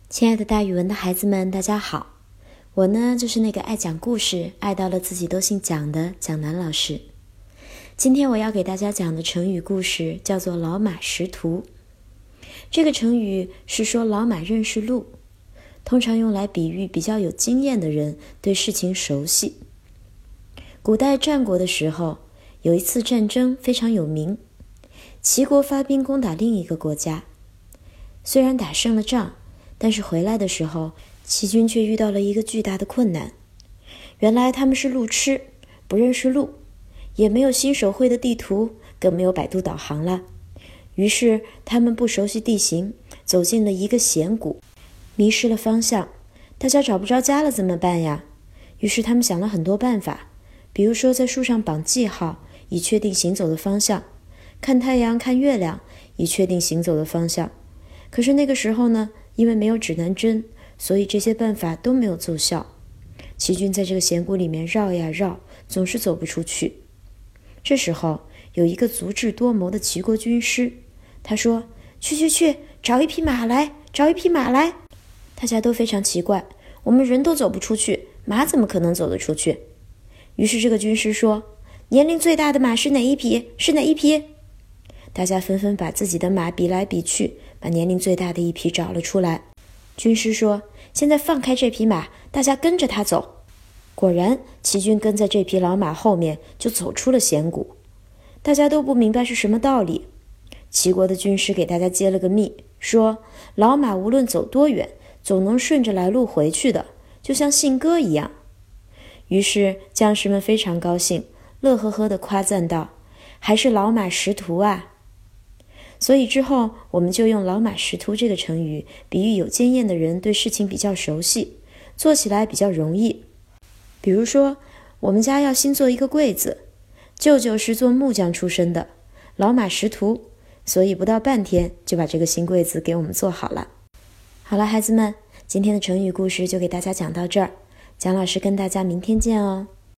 亲爱的大语文的孩子们，大家好，我呢就是那个爱讲故事、爱到了自己都姓蒋的蒋楠老师。今天我要给大家讲的成语故事叫做老马识途。这个成语是说老马认识路，通常用来比喻比较有经验的人对事情熟悉。古代战国的时候，有一次战争非常有名，齐国发兵攻打另一个国家，虽然打胜了仗，但是回来的时候，齐军却遇到了一个巨大的困难。原来他们是路痴，不认识路，也没有新手绘的地图，更没有百度导航了。于是他们不熟悉地形，走进了一个险谷，迷失了方向。大家找不着家了怎么办呀？于是他们想了很多办法，比如说在树上绑记号，以确定行走的方向；看太阳、看月亮，以确定行走的方向。可是那个时候呢，因为没有指南针，所以这些办法都没有奏效。齐军在这个险谷里面绕呀绕，总是走不出去。这时候有一个足智多谋的齐国军师，他说：去，找一匹马来，找一匹马来。大家都非常奇怪，我们人都走不出去，马怎么可能走得出去？于是这个军师说：年龄最大的马是哪一匹？是哪一匹？大家纷纷把自己的马比来比去，把年龄最大的一匹找了出来。军师说：现在放开这匹马，大家跟着他走。果然，齐军跟在这匹老马后面，就走出了险谷。大家都不明白是什么道理。齐国的军师给大家揭了个密，说老马无论走多远，总能顺着来路回去的，就像信鸽一样。于是将士们非常高兴，乐呵呵地夸赞道：还是老马识途啊！所以之后我们就用老马识途这个成语比喻有经验的人对事情比较熟悉，做起来比较容易。比如说我们家要新做一个柜子，舅舅是做木匠出身的，老马识途，所以不到半天就把这个新柜子给我们做好了。好了孩子们，今天的成语故事就给大家讲到这儿，蒋老师跟大家明天见哦。